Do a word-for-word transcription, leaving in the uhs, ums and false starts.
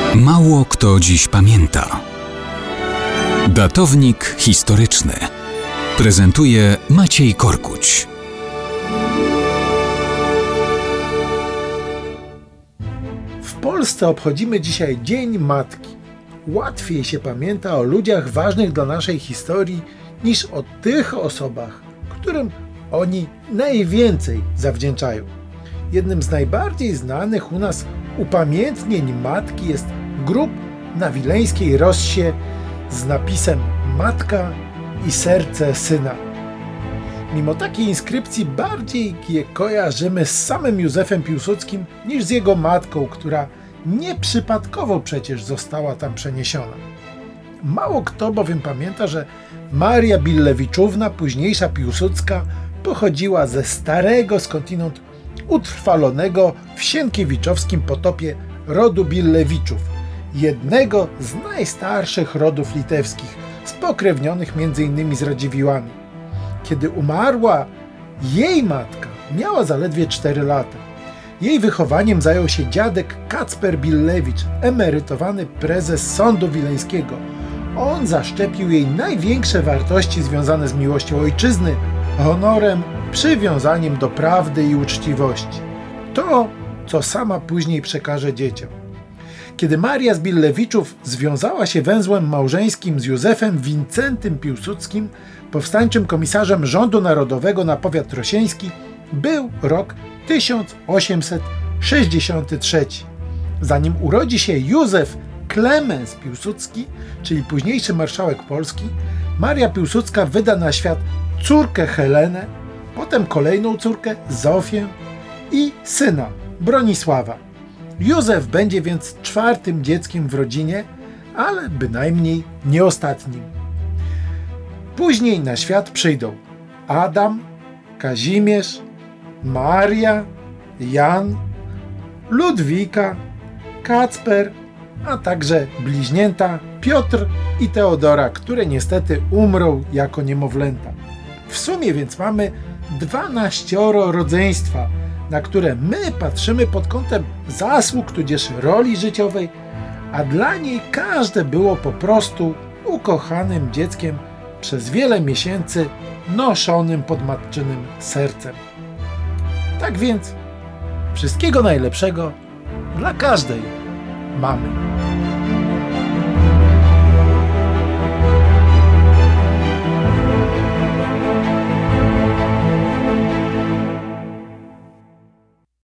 Mało kto dziś pamięta. Datownik historyczny prezentuje Maciej Korkuć. W Polsce obchodzimy dzisiaj Dzień Matki. Łatwiej się pamięta o ludziach ważnych dla naszej historii niż o tych osobach, którym oni najwięcej zawdzięczają. Jednym z najbardziej znanych u nas upamiętnień matki jest grób na wileńskiej Rossie z napisem Matka i serce syna. Mimo takiej inskrypcji bardziej je kojarzymy z samym Józefem Piłsudskim niż z jego matką, która nieprzypadkowo przecież została tam przeniesiona. Mało kto bowiem pamięta, że Maria Billewiczówna, późniejsza Piłsudska, pochodziła ze starego, skądinąd utrwalonego w sienkiewiczowskim potopie rodu Billewiczów, jednego z najstarszych rodów litewskich, spokrewnionych między innymi z Radziwiłłami. Kiedy umarła jej matka, miała zaledwie cztery lata. Jej wychowaniem zajął się dziadek Kacper Billewicz, emerytowany prezes Sądu Wileńskiego. On zaszczepił jej największe wartości związane z miłością ojczyzny, honorem, przywiązaniem do prawdy i uczciwości. To, co sama później przekaże dzieciom. Kiedy Maria z Billewiczów związała się węzłem małżeńskim z Józefem Wincentym Piłsudskim, powstańczym komisarzem Rządu Narodowego na powiat rosieński, był rok tysiąc osiemset sześćdziesiąty trzeci. Zanim urodzi się Józef Klemens Piłsudski, czyli późniejszy marszałek Polski, Maria Piłsudska wyda na świat córkę Helenę, potem kolejną córkę Zofię i syna Bronisława. Józef będzie więc czwartym dzieckiem w rodzinie, ale bynajmniej nie ostatnim. Później na świat przyjdą Adam, Kazimierz, Maria, Jan, Ludwika, Kacper, a także bliźnięta Piotr i Teodora, które niestety umrą jako niemowlęta. W sumie więc mamy dwanaścioro rodzeństwa, na które my patrzymy pod kątem zasług tudzież roli życiowej, a dla niej każde było po prostu ukochanym dzieckiem przez wiele miesięcy noszonym pod matczynym sercem. Tak więc wszystkiego najlepszego dla każdej mamy.